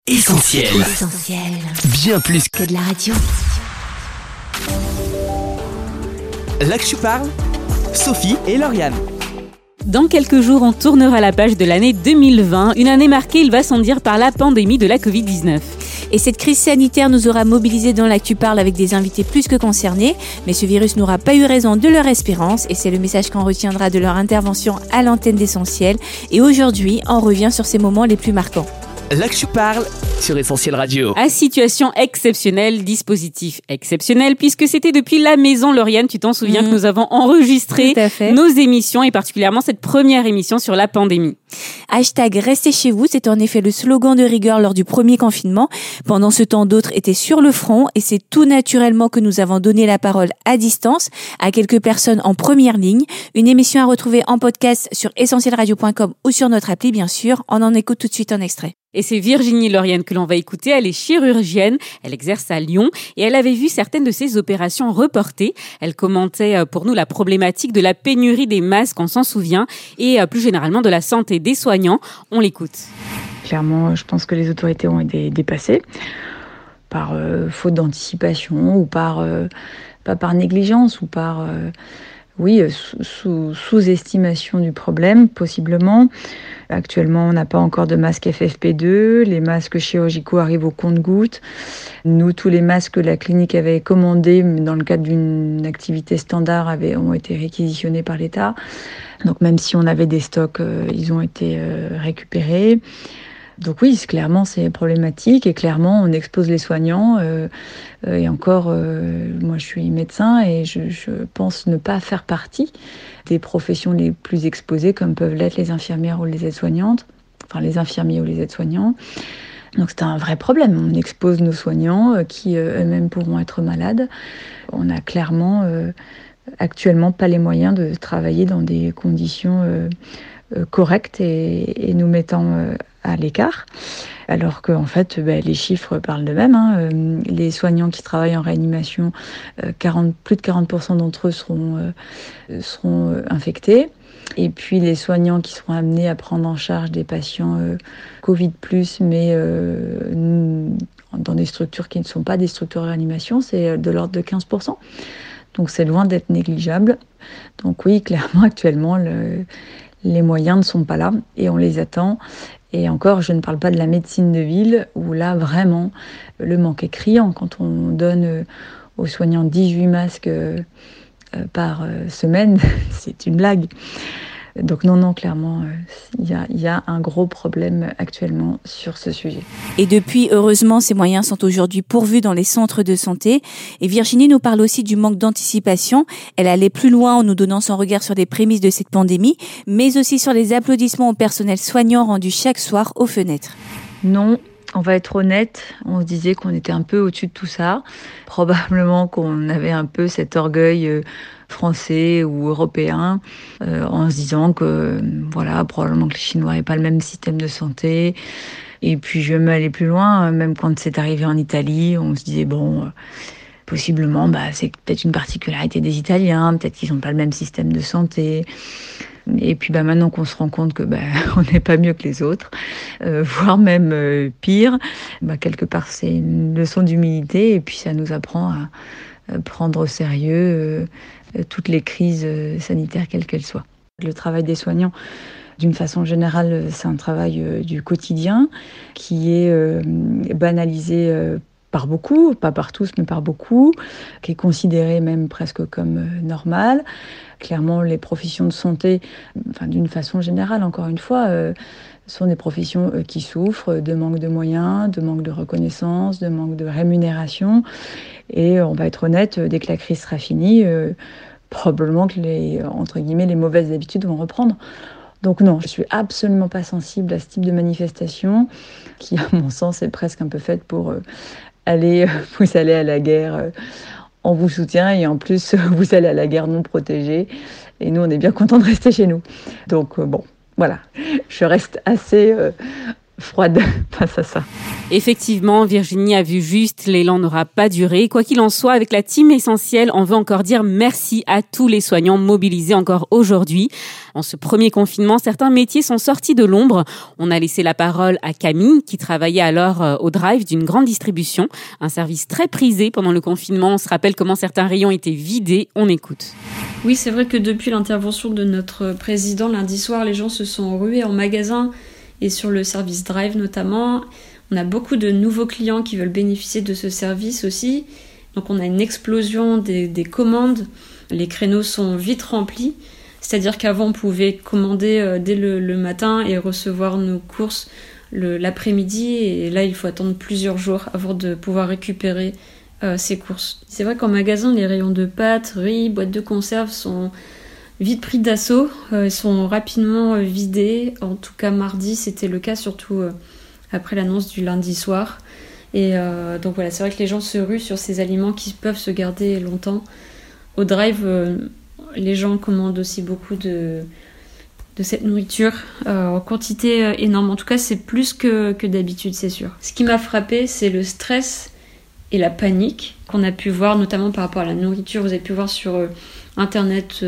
Essentiel. Bien plus que de la radio. Là que je parle, Sophie et Lauriane. Dans quelques jours, on tournera la page de l'année 2020, une année marquée, il va sans dire, par la pandémie de la Covid-19. Et cette crise sanitaire nous aura mobilisés dans l'Actu Parle avec des invités plus que concernés. Mais ce virus n'aura pas eu raison de leur espérance et c'est le message qu'on retiendra de leur intervention à l'antenne d'Essentiel. Et aujourd'hui, on revient sur ces moments les plus marquants. Là que je parle sur Essentiel Radio. À situation exceptionnelle, dispositif exceptionnel, puisque c'était depuis la maison, Lauriane, tu t'en souviens que nous avons enregistré nos émissions et particulièrement cette première émission sur la pandémie. Hashtag restez chez vous, c'est en effet le slogan de rigueur lors du premier confinement. Pendant ce temps, d'autres étaient sur le front et c'est tout naturellement que nous avons donné la parole à distance à quelques personnes en première ligne. Une émission à retrouver en podcast sur essentielradio.com ou sur notre appli, bien sûr. On en écoute tout de suite un extrait. Et c'est Virginie Lauriane que l'on va écouter. Elle est chirurgienne, elle exerce à Lyon et elle avait vu certaines de ses opérations reportées. Elle commentait pour nous la problématique de la pénurie des masques, on s'en souvient, et plus généralement de la santé des soignants. On l'écoute. Clairement, je pense que les autorités ont été dépassées par faute d'anticipation ou pas par négligence ou par sous-estimation du problème, possiblement. Actuellement, on n'a pas encore de masque FFP2. Les masques chirurgicaux arrivent au compte-gouttes. Nous, tous les masques que la clinique avait commandés dans le cadre d'une activité standard ont été réquisitionnés par l'État. Donc même si on avait des stocks, ils ont été récupérés. Donc oui, clairement, c'est problématique et clairement, on expose les soignants. Et encore, moi, je suis médecin et je pense ne pas faire partie des professions les plus exposées, comme peuvent l'être les infirmières ou les aides-soignantes, enfin les infirmiers ou les aides-soignants. Donc c'est un vrai problème. On expose nos soignants qui eux-mêmes pourront être malades. On n'a clairement actuellement pas les moyens de travailler dans des conditions correctes et nous mettant à l'écart, alors qu'en fait, les chiffres parlent d'eux-mêmes. Les soignants qui travaillent en réanimation, plus de 40% d'entre eux seront infectés. Et puis les soignants qui seront amenés à prendre en charge des patients Covid+, mais dans des structures qui ne sont pas des structures de réanimation, c'est de l'ordre de 15%. Donc c'est loin d'être négligeable. Donc oui, clairement, actuellement, les moyens ne sont pas là et on les attend. Et encore, je ne parle pas de la médecine de ville, où là, vraiment, le manque est criant. Quand on donne aux soignants 18 masques par semaine, c'est une blague. Donc non, clairement, il y a un gros problème actuellement sur ce sujet. Et depuis, heureusement, ces moyens sont aujourd'hui pourvus dans les centres de santé. Et Virginie nous parle aussi du manque d'anticipation. Elle allait plus loin en nous donnant son regard sur les prémices de cette pandémie, mais aussi sur les applaudissements au personnel soignant rendu chaque soir aux fenêtres. Non, on va être honnête, on se disait qu'on était un peu au-dessus de tout ça. Probablement qu'on avait un peu cet orgueil français ou européen, en se disant que probablement que les Chinois n'avaient pas le même système de santé. Et puis je vais même aller plus loin, même quand c'est arrivé en Italie, on se disait possiblement c'est peut-être une particularité des Italiens, peut-être qu'ils n'ont pas le même système de santé. Et puis maintenant qu'on se rend compte que on n'est pas mieux que les autres, voire même pire, quelque part c'est une leçon d'humilité et puis ça nous apprend à prendre au sérieux toutes les crises sanitaires quelles qu'elles soient. Le travail des soignants, d'une façon générale, c'est un travail du quotidien qui est banalisé par beaucoup, pas par tous, mais par beaucoup, qui est considéré même presque comme normal. Clairement, les professions de santé, d'une façon générale, encore une fois, sont des professions qui souffrent de manque de moyens, de manque de reconnaissance, de manque de rémunération. Et on va être honnête, dès que la crise sera finie, probablement que les mauvaises habitudes vont reprendre. Donc non, je suis absolument pas sensible à ce type de manifestation qui, à mon sens, est presque un peu faite pour vous allez à la guerre, on vous soutient et en plus, vous allez à la guerre non protégée. Et nous, on est bien contents de rester chez nous. Donc voilà, je reste assez froide face à ça. Effectivement, Virginie a vu juste, l'élan n'aura pas duré. Quoi qu'il en soit, avec la team Essentiel, on veut encore dire merci à tous les soignants mobilisés encore aujourd'hui. En ce premier confinement, certains métiers sont sortis de l'ombre. On a laissé la parole à Camille, qui travaillait alors au drive d'une grande distribution, un service très prisé pendant le confinement. On se rappelle comment certains rayons étaient vidés. On écoute. Oui, c'est vrai que depuis l'intervention de notre président lundi soir, les gens se sont rués en magasin et sur le service drive notamment. On a beaucoup de nouveaux clients qui veulent bénéficier de ce service aussi. Donc on a une explosion des commandes. Les créneaux sont vite remplis. C'est-à-dire qu'avant, on pouvait commander dès le matin et recevoir nos courses l'après-midi. Et là, il faut attendre plusieurs jours avant de pouvoir récupérer ces courses. C'est vrai qu'en magasin, les rayons de pâtes, riz, boîtes de conserve sont vite pris d'assaut. Ils sont rapidement vidés. En tout cas, mardi, c'était le cas, surtout après l'annonce du lundi soir. Et donc voilà, c'est vrai que les gens se ruent sur ces aliments qui peuvent se garder longtemps. Au drive, les gens commandent aussi beaucoup de cette nourriture en quantité énorme. En tout cas, c'est plus que d'habitude, c'est sûr. Ce qui m'a frappé, c'est le stress et la panique qu'on a pu voir, notamment par rapport à la nourriture. Vous avez pu voir sur Internet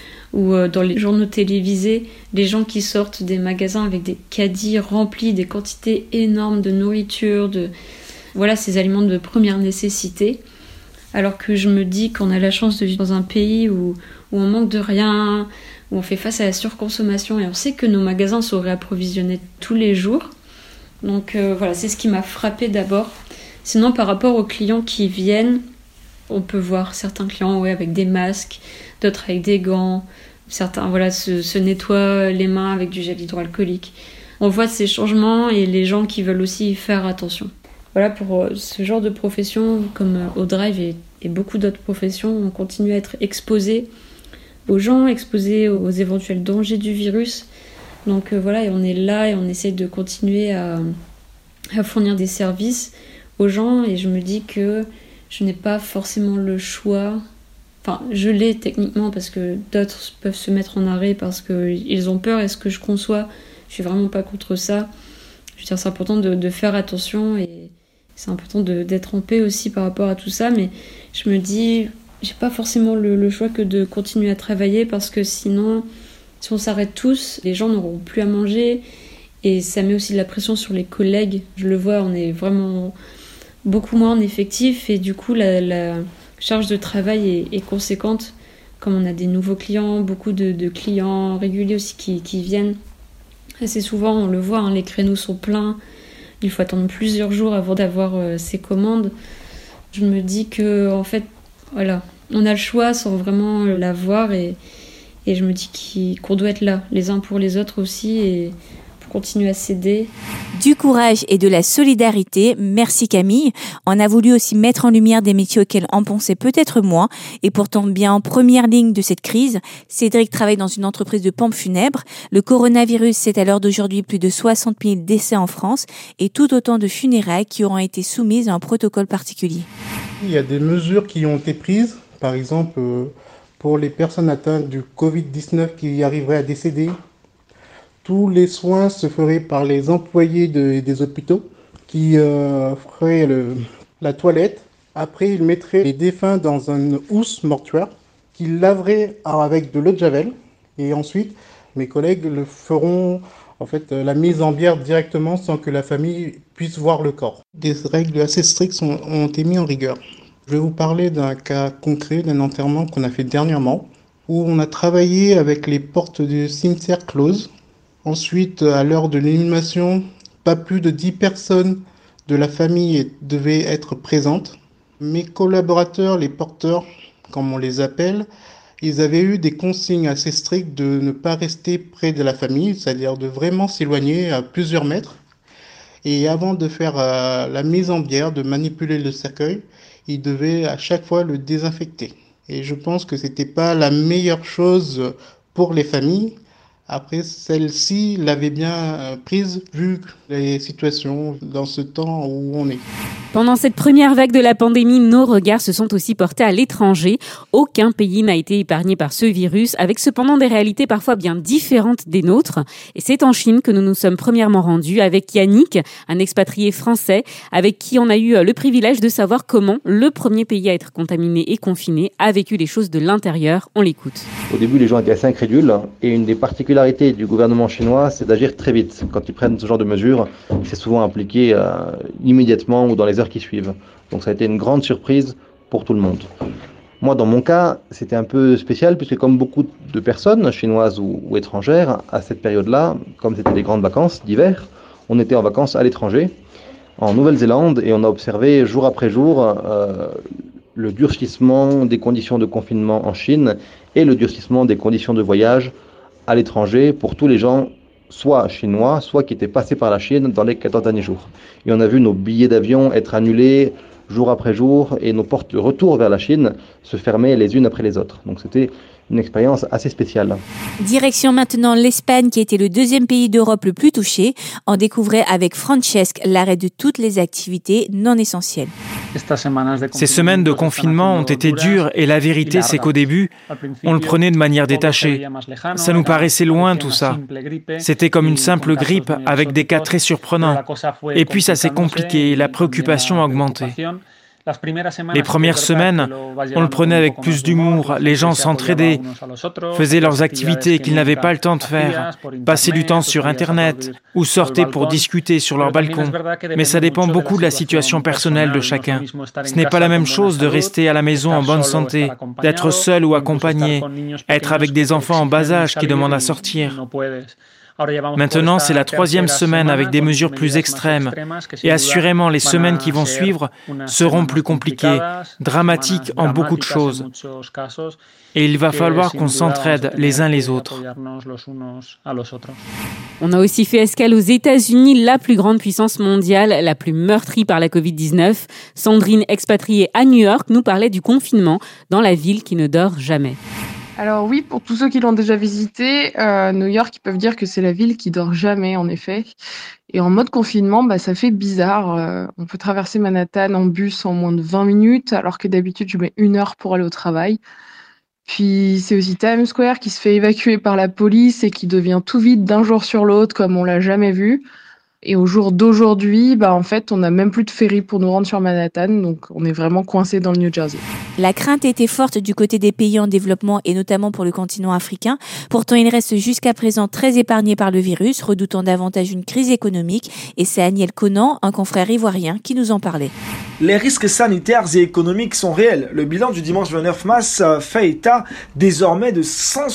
ou dans les journaux télévisés, les gens qui sortent des magasins avec des caddies remplis, des quantités énormes de nourriture, voilà, ces aliments de première nécessité. Alors que je me dis qu'on a la chance de vivre dans un pays où on manque de rien, où on fait face à la surconsommation et on sait que nos magasins sont réapprovisionnés tous les jours. Donc voilà, c'est ce qui m'a frappée d'abord. Sinon, par rapport aux clients qui viennent, on peut voir certains clients avec des masques, d'autres avec des gants, certains se nettoient les mains avec du gel hydroalcoolique. On voit ces changements et les gens qui veulent aussi faire attention. Voilà, pour ce genre de profession, comme au drive et beaucoup d'autres professions, on continue à être exposé aux gens, exposé aux éventuels dangers du virus. Donc voilà, et on est là et on essaie de continuer à fournir des services aux gens, et je me dis que je n'ai pas forcément le choix. Enfin, je l'ai techniquement parce que d'autres peuvent se mettre en arrêt parce qu'ils ont peur, et ce que je conçois, je suis vraiment pas contre ça. Je veux dire, c'est important de faire attention et c'est important d'être en paix aussi par rapport à tout ça, mais je me dis, j'ai pas forcément le choix que de continuer à travailler parce que sinon, si on s'arrête tous, les gens n'auront plus à manger et ça met aussi de la pression sur les collègues. Je le vois, on est vraiment beaucoup moins en effectif et du coup, la charge de travail est conséquente. Comme on a des nouveaux clients, beaucoup de clients réguliers aussi qui viennent. Assez souvent, on le voit, les créneaux sont pleins. Il faut attendre plusieurs jours avant d'avoir ces commandes. Je me dis que, en fait, voilà, on a le choix sans vraiment l'avoir et je me dis qu'on doit être là, les uns pour les autres aussi, et pour continuer à s'aider. Du courage et de la solidarité, merci Camille. On a voulu aussi mettre en lumière des métiers auxquels on pensait peut-être moins et pourtant bien en première ligne de cette crise. Cédric travaille dans une entreprise de pompes funèbres. Le coronavirus, c'est à l'heure d'aujourd'hui plus de 60 000 décès en France et tout autant de funérailles qui auront été soumises à un protocole particulier. Il y a des mesures qui ont été prises, par exemple pour les personnes atteintes du Covid-19 qui arriveraient à décéder. Tous les soins se feraient par les employés des hôpitaux qui feraient la toilette. Après, ils mettraient les défunts dans une housse mortuaire qu'ils laveraient avec de l'eau de javel. Et ensuite, mes collègues le feront la mise en bière directement sans que la famille puisse voir le corps. Des règles assez strictes ont été mises en rigueur. Je vais vous parler d'un cas concret d'un enterrement qu'on a fait dernièrement où on a travaillé avec les portes du cimetière closes. Ensuite, à l'heure de l'inhumation, pas plus de 10 personnes de la famille devaient être présentes. Mes collaborateurs, les porteurs, comme on les appelle, ils avaient eu des consignes assez strictes de ne pas rester près de la famille, c'est-à-dire de vraiment s'éloigner à plusieurs mètres. Et avant de faire la mise en bière, de manipuler le cercueil, ils devaient à chaque fois le désinfecter. Et je pense que c'était pas la meilleure chose pour les familles. Après, celle-ci l'avait bien prise vu les situations dans ce temps où on est. Pendant cette première vague de la pandémie, nos regards se sont aussi portés à l'étranger. Aucun pays n'a été épargné par ce virus, avec cependant des réalités parfois bien différentes des nôtres. Et c'est en Chine que nous nous sommes premièrement rendus avec Yannick, un expatrié français, avec qui on a eu le privilège de savoir comment le premier pays à être contaminé et confiné a vécu les choses de l'intérieur. On l'écoute. Au début, les gens étaient assez incrédules, et une des particularités du gouvernement chinois, c'est d'agir très vite. Quand ils prennent ce genre de mesures, c'est souvent appliqué immédiatement ou dans les heures qui suivent. Donc ça a été une grande surprise pour tout le monde. Moi, dans mon cas, c'était un peu spécial puisque comme beaucoup de personnes, chinoises ou étrangères, à cette période-là, comme c'était les grandes vacances d'hiver, on était en vacances à l'étranger, en Nouvelle-Zélande, et on a observé jour après jour le durcissement des conditions de confinement en Chine et le durcissement des conditions de voyage à l'étranger pour tous les gens soit chinois, soit qui étaient passés par la Chine dans les 14 derniers jours. Et on a vu nos billets d'avion être annulés jour après jour et nos portes de retour vers la Chine se fermer les unes après les autres. Donc c'était une expérience assez spéciale. Direction maintenant l'Espagne, qui était le deuxième pays d'Europe le plus touché. On découvrait avec Francesc l'arrêt de toutes les activités non essentielles. Ces semaines de confinement ont été dures et la vérité, c'est qu'au début, on le prenait de manière détachée. Ça nous paraissait loin tout ça. C'était comme une simple grippe avec des cas très surprenants. Et puis ça s'est compliqué et la préoccupation a augmenté. Les premières semaines, on le prenait avec plus d'humour, les gens s'entraidaient, faisaient leurs activités qu'ils n'avaient pas le temps de faire, passaient du temps sur Internet ou sortaient pour discuter sur leur balcon. Mais ça dépend beaucoup de la situation personnelle de chacun. Ce n'est pas la même chose de rester à la maison en bonne santé, d'être seul ou accompagné, être avec des enfants en bas âge qui demandent à sortir. Maintenant, c'est la 3e semaine avec des mesures plus extrêmes et assurément les semaines qui vont suivre seront plus compliquées, dramatiques en beaucoup de choses. Et il va falloir qu'on s'entraide les uns les autres. On a aussi fait escale aux États-Unis, la plus grande puissance mondiale, la plus meurtrie par la Covid-19. Sandrine, expatriée à New York, nous parlait du confinement dans la ville qui ne dort jamais. Alors oui, pour tous ceux qui l'ont déjà visité, New York, ils peuvent dire que c'est la ville qui dort jamais, en effet. Et en mode confinement, ça fait bizarre. On peut traverser Manhattan en bus en moins de 20 minutes, alors que d'habitude, je mets 1 heure pour aller au travail. Puis c'est aussi Times Square qui se fait évacuer par la police et qui devient tout vide d'un jour sur l'autre, comme on l'a jamais vu. Et au jour d'aujourd'hui, en fait, on n'a même plus de ferry pour nous rendre sur Manhattan, donc on est vraiment coincé dans le New Jersey. La crainte était forte du côté des pays en développement et notamment pour le continent africain. Pourtant, il reste jusqu'à présent très épargné par le virus, redoutant davantage une crise économique. Et c'est Aniel Conan, un confrère ivoirien, qui nous en parlait. Les risques sanitaires et économiques sont réels. Le bilan du dimanche 29 mars fait état désormais de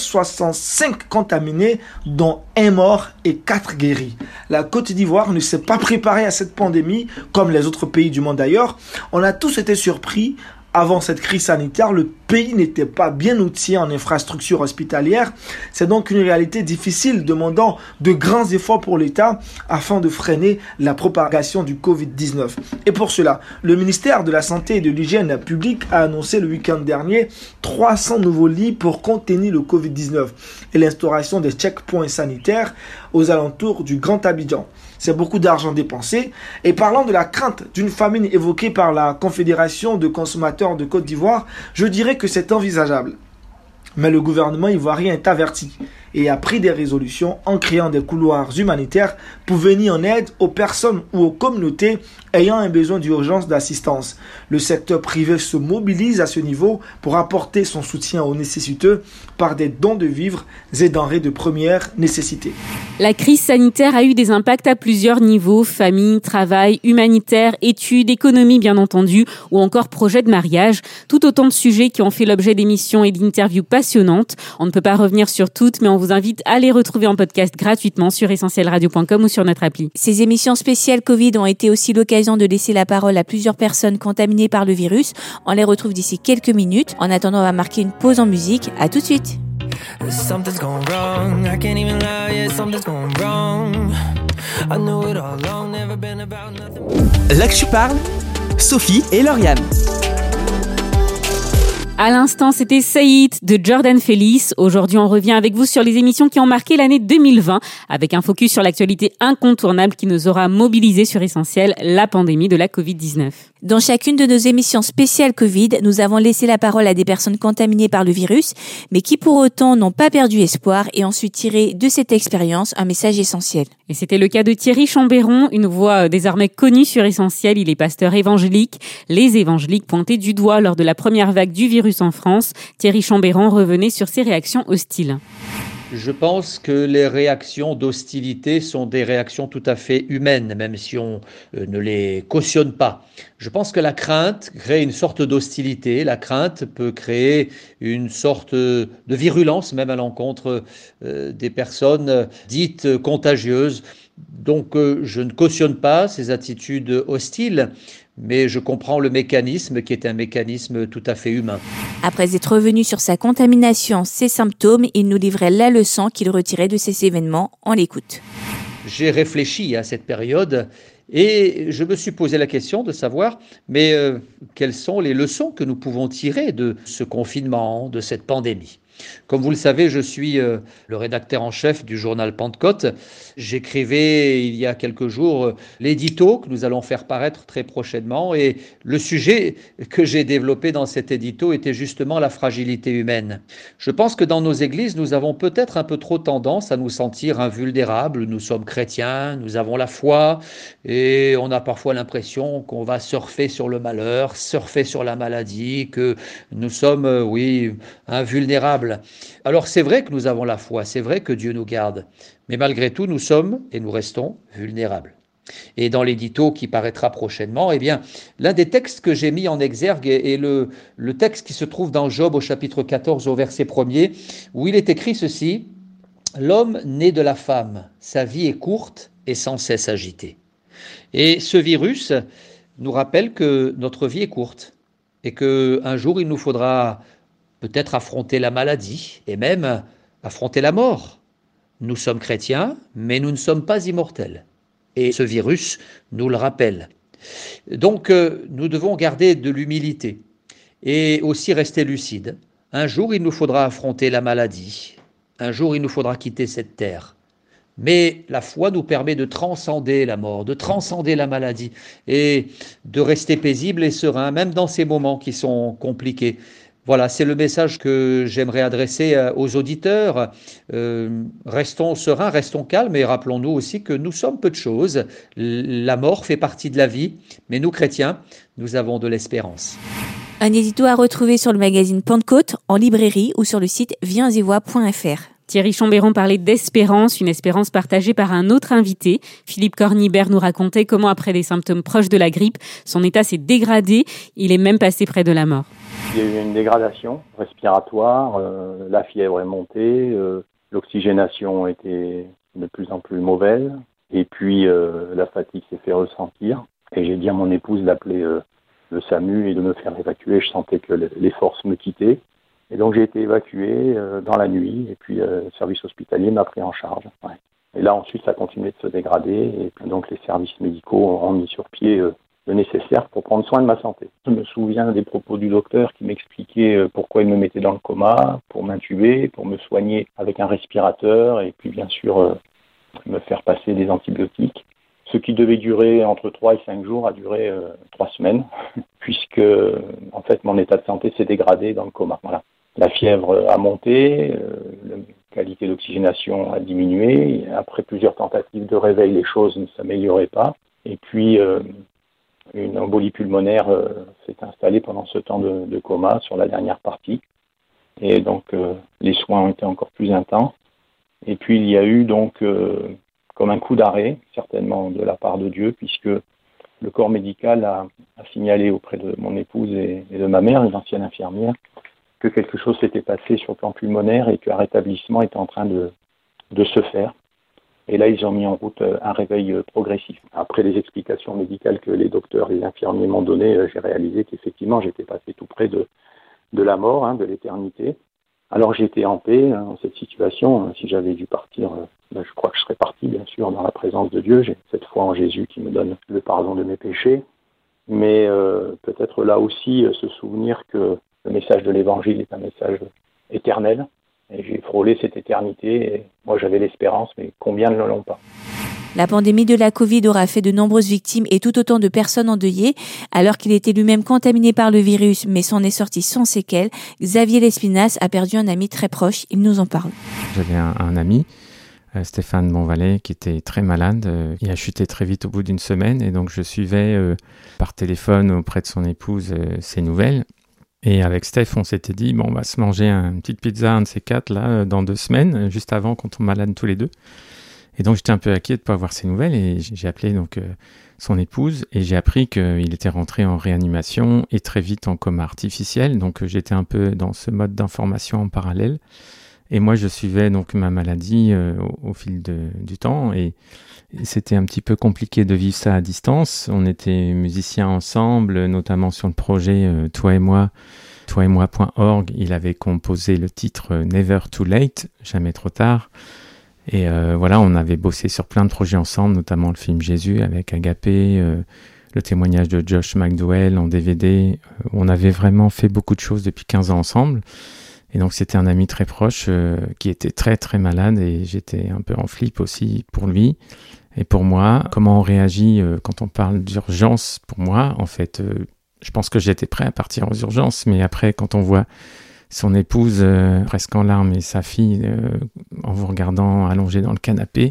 165 contaminés, dont 1 mort et 4 guéris. La Côte d'Ivoire ne s'est pas préparée à cette pandémie, comme les autres pays du monde d'ailleurs. On a tous été surpris. Avant cette crise sanitaire, le pays n'était pas bien outillé en infrastructures hospitalières. C'est donc une réalité difficile demandant de grands efforts pour l'État afin de freiner la propagation du Covid-19. Et pour cela, le ministère de la Santé et de l'Hygiène publique a annoncé le week-end dernier 300 nouveaux lits pour contenir le Covid-19 et l'instauration des checkpoints sanitaires aux alentours du Grand Abidjan. C'est beaucoup d'argent dépensé. Et parlant de la crainte d'une famine évoquée par la Confédération de consommateurs de Côte d'Ivoire, je dirais que c'est envisageable. Mais le gouvernement ivoirien est averti et a pris des résolutions en créant des couloirs humanitaires pour venir en aide aux personnes ou aux communautés ayant un besoin d'urgence d'assistance. Le secteur privé se mobilise à ce niveau pour apporter son soutien aux nécessiteux par des dons de vivres et denrées de première nécessité. La crise sanitaire a eu des impacts à plusieurs niveaux, famille, travail, humanitaire, études, économie bien entendu, ou encore projet de mariage. Tout autant de sujets qui ont fait l'objet d'émissions et d'interviews passionnantes. On ne peut pas revenir sur toutes, mais on vous invite à les retrouver en podcast gratuitement sur essentielradio.com ou sur notre appli. Ces émissions spéciales Covid ont été aussi l'occasion de laisser la parole à plusieurs personnes contaminées par le virus. On les retrouve d'ici quelques minutes. En attendant, on va marquer une pause en musique. À tout de suite. Something's gone wrong, I can't even lie, yeah, something's gone wrong. I knew it all along, never been about nothing. Là que je parle, Sophie et Lauriane. À l'instant, c'était Saïd de Jordan Félix. Aujourd'hui, on revient avec vous sur les émissions qui ont marqué l'année 2020, avec un focus sur l'actualité incontournable qui nous aura mobilisés sur Essentiel, la pandémie de la Covid-19. Dans chacune de nos émissions spéciales Covid, nous avons laissé la parole à des personnes contaminées par le virus, mais qui pour autant n'ont pas perdu espoir et ont su tirer de cette expérience un message essentiel. Et c'était le cas de Thierry Chambéron, une voix désormais connue sur Essentiel. Il est pasteur évangélique. Les évangéliques pointés du doigt lors de la première vague du virus en France. Thierry Chambéron revenait sur ses réactions hostiles. Je pense que les réactions d'hostilité sont des réactions tout à fait humaines, même si on ne les cautionne pas. Je pense que la crainte crée une sorte d'hostilité. La crainte peut créer une sorte de virulence, même à l'encontre des personnes dites contagieuses. Donc je ne cautionne pas ces attitudes hostiles, mais je comprends le mécanisme qui est un mécanisme tout à fait humain. Après être revenu sur sa contamination, ses symptômes, il nous livrait la leçon qu'il retirait de ces événements. On l'écoute. J'ai réfléchi à cette période et je me suis posé la question de savoir, mais quelles sont les leçons que nous pouvons tirer de ce confinement, de cette pandémie ? Comme vous le savez, je suis le rédacteur en chef du journal Pentecôte. J'écrivais il y a quelques jours l'édito que nous allons faire paraître très prochainement et le sujet que j'ai développé dans cet édito était justement la fragilité humaine. Je pense que dans nos églises, nous avons peut-être un peu trop tendance à nous sentir invulnérables. Nous sommes chrétiens, nous avons la foi et on a parfois l'impression qu'on va surfer sur le malheur, surfer sur la maladie, que nous sommes, invulnérables. Alors c'est vrai que nous avons la foi, c'est vrai que Dieu nous garde, mais malgré tout nous sommes et nous restons vulnérables. Et dans l'édito qui paraîtra prochainement, l'un des textes que j'ai mis en exergue est le texte qui se trouve dans Job au chapitre 14 au verset 1er, où il est écrit ceci: « L'homme né de la femme, sa vie est courte et sans cesse agitée. » Et ce virus nous rappelle que notre vie est courte et qu'un jour il nous faudra peut-être affronter la maladie et même affronter la mort. Nous sommes chrétiens, mais nous ne sommes pas immortels. Et ce virus nous le rappelle. Donc, nous devons garder de l'humilité et aussi rester lucides. Un jour, il nous faudra affronter la maladie. Un jour, il nous faudra quitter cette terre. Mais la foi nous permet de transcender la mort, de transcender la maladie et de rester paisible et serein, même dans ces moments qui sont compliqués. Voilà, c'est le message que j'aimerais adresser aux auditeurs. Restons sereins, restons calmes et rappelons-nous aussi que nous sommes peu de choses. La mort fait partie de la vie, mais nous, chrétiens, nous avons de l'espérance. Un édito à retrouver sur le magazine Pentecôte, en librairie ou sur le site viensetvoix.fr. Thierry Chambéron parlait d'espérance, une espérance partagée par un autre invité. Philippe Cornibert nous racontait comment, après des symptômes proches de la grippe, son état s'est dégradé. Il est même passé près de la mort. Il y a eu une dégradation respiratoire, la fièvre est montée, l'oxygénation était de plus en plus mauvaise, et puis la fatigue s'est fait ressentir. Et j'ai dit à mon épouse d'appeler le SAMU et de me faire évacuer. Je sentais que les forces me quittaient. Et donc j'ai été évacué dans la nuit, et puis le service hospitalier m'a pris en charge. Ouais. Et là ensuite ça a continué de se dégrader, et donc les services médicaux ont mis sur pied le nécessaire pour prendre soin de ma santé. Je me souviens des propos du docteur qui m'expliquait pourquoi il me mettait dans le coma, pour m'intuber, pour me soigner avec un respirateur, et puis bien sûr me faire passer des antibiotiques. Ce qui devait durer entre 3 et 5 jours a duré 3 semaines, puisque en fait mon état de santé s'est dégradé dans le coma. Voilà. La fièvre a monté, la qualité d'oxygénation a diminué. Après plusieurs tentatives de réveil, les choses ne s'amélioraient pas. Et puis, une embolie pulmonaire s'est installée pendant ce temps de coma sur la dernière partie. Et donc, les soins ont été encore plus intenses. Et puis, il y a eu donc comme un coup d'arrêt, certainement de la part de Dieu, puisque le corps médical a signalé auprès de mon épouse et de ma mère, une ancienne infirmière, que quelque chose s'était passé sur le plan pulmonaire et qu'un rétablissement était en train de se faire. Et là, ils ont mis en route un réveil progressif. Après les explications médicales que les docteurs et les infirmiers m'ont données, j'ai réalisé qu'effectivement, j'étais passé tout près de la mort, de l'éternité. Alors j'étais en paix dans cette situation. Si j'avais dû partir, je crois que je serais parti, bien sûr, dans la présence de Dieu. J'ai cette foi en Jésus qui me donne le pardon de mes péchés. Mais peut-être là aussi se souvenir que le message de l'Évangile est un message éternel. Et j'ai frôlé cette éternité. Et moi, j'avais l'espérance, mais combien ne l'ont pas? La pandémie de la Covid aura fait de nombreuses victimes et tout autant de personnes endeuillées. Alors qu'il était lui-même contaminé par le virus, mais s'en est sorti sans séquelles, Xavier Lespinasse a perdu un ami très proche. Il nous en parle. J'avais un ami, Stéphane Bonvalet, qui était très malade. Il a chuté très vite au bout d'une semaine et donc je suivais par téléphone auprès de son épouse ses nouvelles. Et avec Steph, on s'était dit, on va se manger une petite pizza, un de ces quatre, là, dans 2 semaines, juste avant qu'on tombe malade tous les deux. Et donc, j'étais un peu inquiet de ne pas avoir ses nouvelles et j'ai appelé donc son épouse et j'ai appris qu'il était rentré en réanimation et très vite en coma artificiel. Donc, j'étais un peu dans ce mode d'information en parallèle. Et moi, je suivais donc ma maladie au fil du temps et c'était un petit peu compliqué de vivre ça à distance. On était musiciens ensemble, notamment sur le projet Toi et moi.org. Il avait composé le titre Never Too Late, jamais trop tard. Et voilà, on avait bossé sur plein de projets ensemble, notamment le film Jésus avec Agapé, le témoignage de Josh McDowell en DVD. On avait vraiment fait beaucoup de choses depuis 15 ans ensemble. Et donc c'était un ami très proche qui était très très malade et j'étais un peu en flip aussi pour lui et pour moi. Comment on réagit quand on parle d'urgence? Pour moi, en fait, je pense que j'étais prêt à partir aux urgences, mais après quand on voit son épouse presque en larmes et sa fille en vous regardant allongée dans le canapé,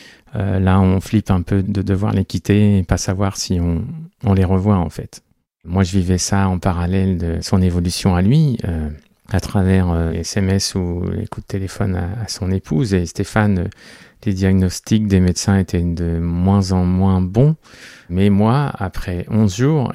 là on flippe un peu de devoir les quitter et pas savoir si on les revoit en fait. Moi je vivais ça en parallèle de son évolution à lui, à travers SMS ou les coups de téléphone à son épouse. Et Stéphane, les diagnostics des médecins étaient de moins en moins bons. Mais moi, après 11 jours,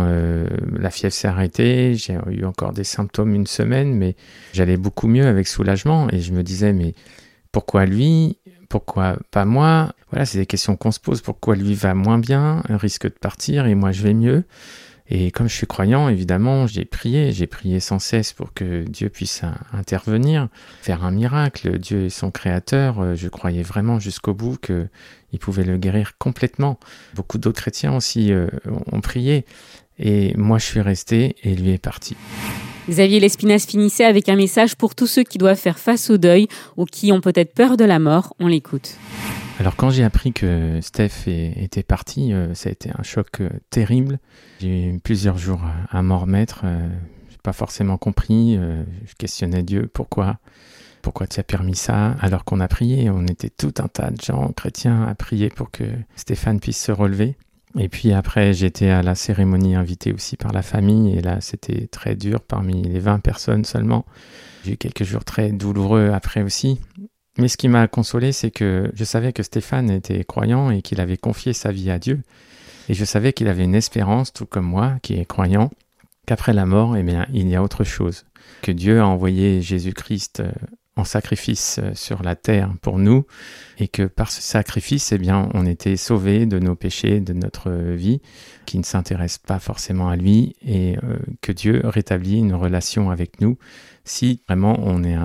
la fièvre s'est arrêtée. J'ai eu encore des symptômes 1 semaine, mais j'allais beaucoup mieux avec soulagement. Et je me disais, mais pourquoi lui? Pourquoi pas moi? Voilà, c'est des questions qu'on se pose. Pourquoi lui va moins bien, risque de partir et moi je vais mieux? Et comme je suis croyant, évidemment, j'ai prié sans cesse pour que Dieu puisse intervenir, faire un miracle. Dieu est son créateur, je croyais vraiment jusqu'au bout qu'il pouvait le guérir complètement. Beaucoup d'autres chrétiens aussi ont prié, et moi je suis resté et lui est parti. Xavier Lespinasse finissait avec un message pour tous ceux qui doivent faire face au deuil ou qui ont peut-être peur de la mort. On l'écoute. Alors quand j'ai appris que Steph était parti, ça a été un choc terrible. J'ai eu plusieurs jours à m'en remettre. J'ai pas forcément compris. Je questionnais Dieu, pourquoi tu as permis ça? Alors qu'on a prié, on était tout un tas de gens chrétiens à prier pour que Stéphane puisse se relever. Et puis après, j'étais à la cérémonie invitée aussi par la famille. Et là, c'était très dur parmi les 20 personnes seulement. J'ai eu quelques jours très douloureux après aussi. Mais ce qui m'a consolé, c'est que je savais que Stéphane était croyant et qu'il avait confié sa vie à Dieu. Et je savais qu'il avait une espérance, tout comme moi, qui est croyant, qu'après la mort, il y a autre chose. Que Dieu a envoyé Jésus-Christ en sacrifice sur la terre pour nous, et que par ce sacrifice, on était sauvés de nos péchés, de notre vie, qui ne s'intéresse pas forcément à lui, et que Dieu rétablit une relation avec nous, si vraiment on est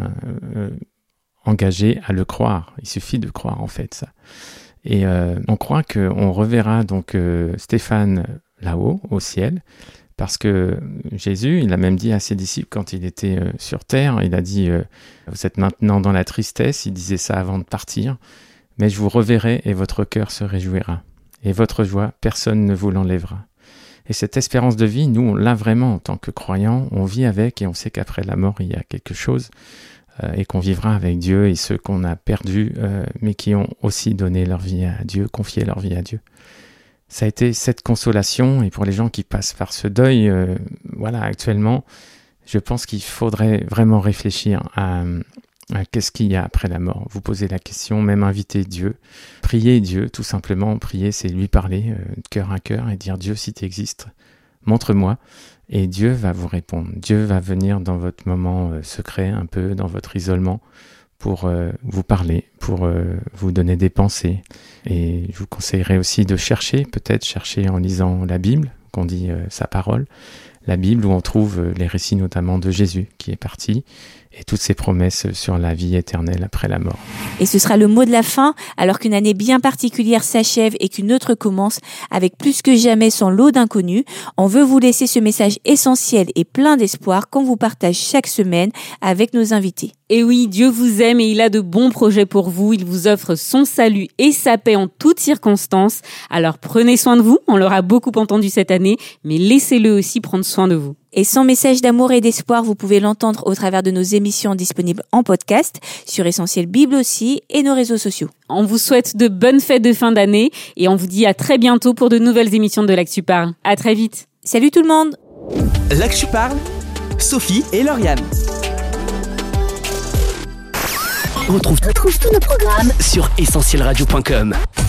engagé à le croire. Il suffit de croire en fait ça. Et on croit qu'on reverra donc Stéphane là-haut, au ciel, parce que Jésus, il a même dit à ses disciples quand il était sur terre, il a dit vous êtes maintenant dans la tristesse, il disait ça avant de partir, mais je vous reverrai et votre cœur se réjouira. Et votre joie, personne ne vous l'enlèvera. Et cette espérance de vie, nous, on l'a vraiment en tant que croyants, on vit avec et on sait qu'après la mort, il y a quelque chose et qu'on vivra avec Dieu et ceux qu'on a perdus, mais qui ont aussi donné leur vie à Dieu, confié leur vie à Dieu. Ça a été cette consolation, et pour les gens qui passent par ce deuil, actuellement, je pense qu'il faudrait vraiment réfléchir à qu'est-ce qu'il y a après la mort. Vous posez la question, même inviter Dieu, prier Dieu, tout simplement. Prier, c'est lui parler de cœur à cœur et dire Dieu, si tu existes, montre-moi. Et Dieu va vous répondre. Dieu va venir dans votre moment secret, un peu dans votre isolement, pour vous parler, pour vous donner des pensées. Et je vous conseillerais aussi de chercher en lisant la Bible, qu'on dit sa parole, la Bible où on trouve les récits notamment de Jésus qui est parti et toutes ces promesses sur la vie éternelle après la mort. Et ce sera le mot de la fin, alors qu'une année bien particulière s'achève et qu'une autre commence, avec plus que jamais son lot d'inconnus. On veut vous laisser ce message essentiel et plein d'espoir qu'on vous partage chaque semaine avec nos invités. Et oui, Dieu vous aime et il a de bons projets pour vous. Il vous offre son salut et sa paix en toutes circonstances. Alors prenez soin de vous, on l'aura beaucoup entendu cette année, mais laissez-le aussi prendre soin de vous. Et son message d'amour et d'espoir, vous pouvez l'entendre au travers de nos émissions disponibles en podcast, sur Essentiel Bible aussi, et nos réseaux sociaux. On vous souhaite de bonnes fêtes de fin d'année et on vous dit à très bientôt pour de nouvelles émissions de l'Actu Parle. À très vite. Salut tout le monde. L'Actu Parle, Sophie et Lauriane. On retrouve tous nos programmes sur essentielradio.com.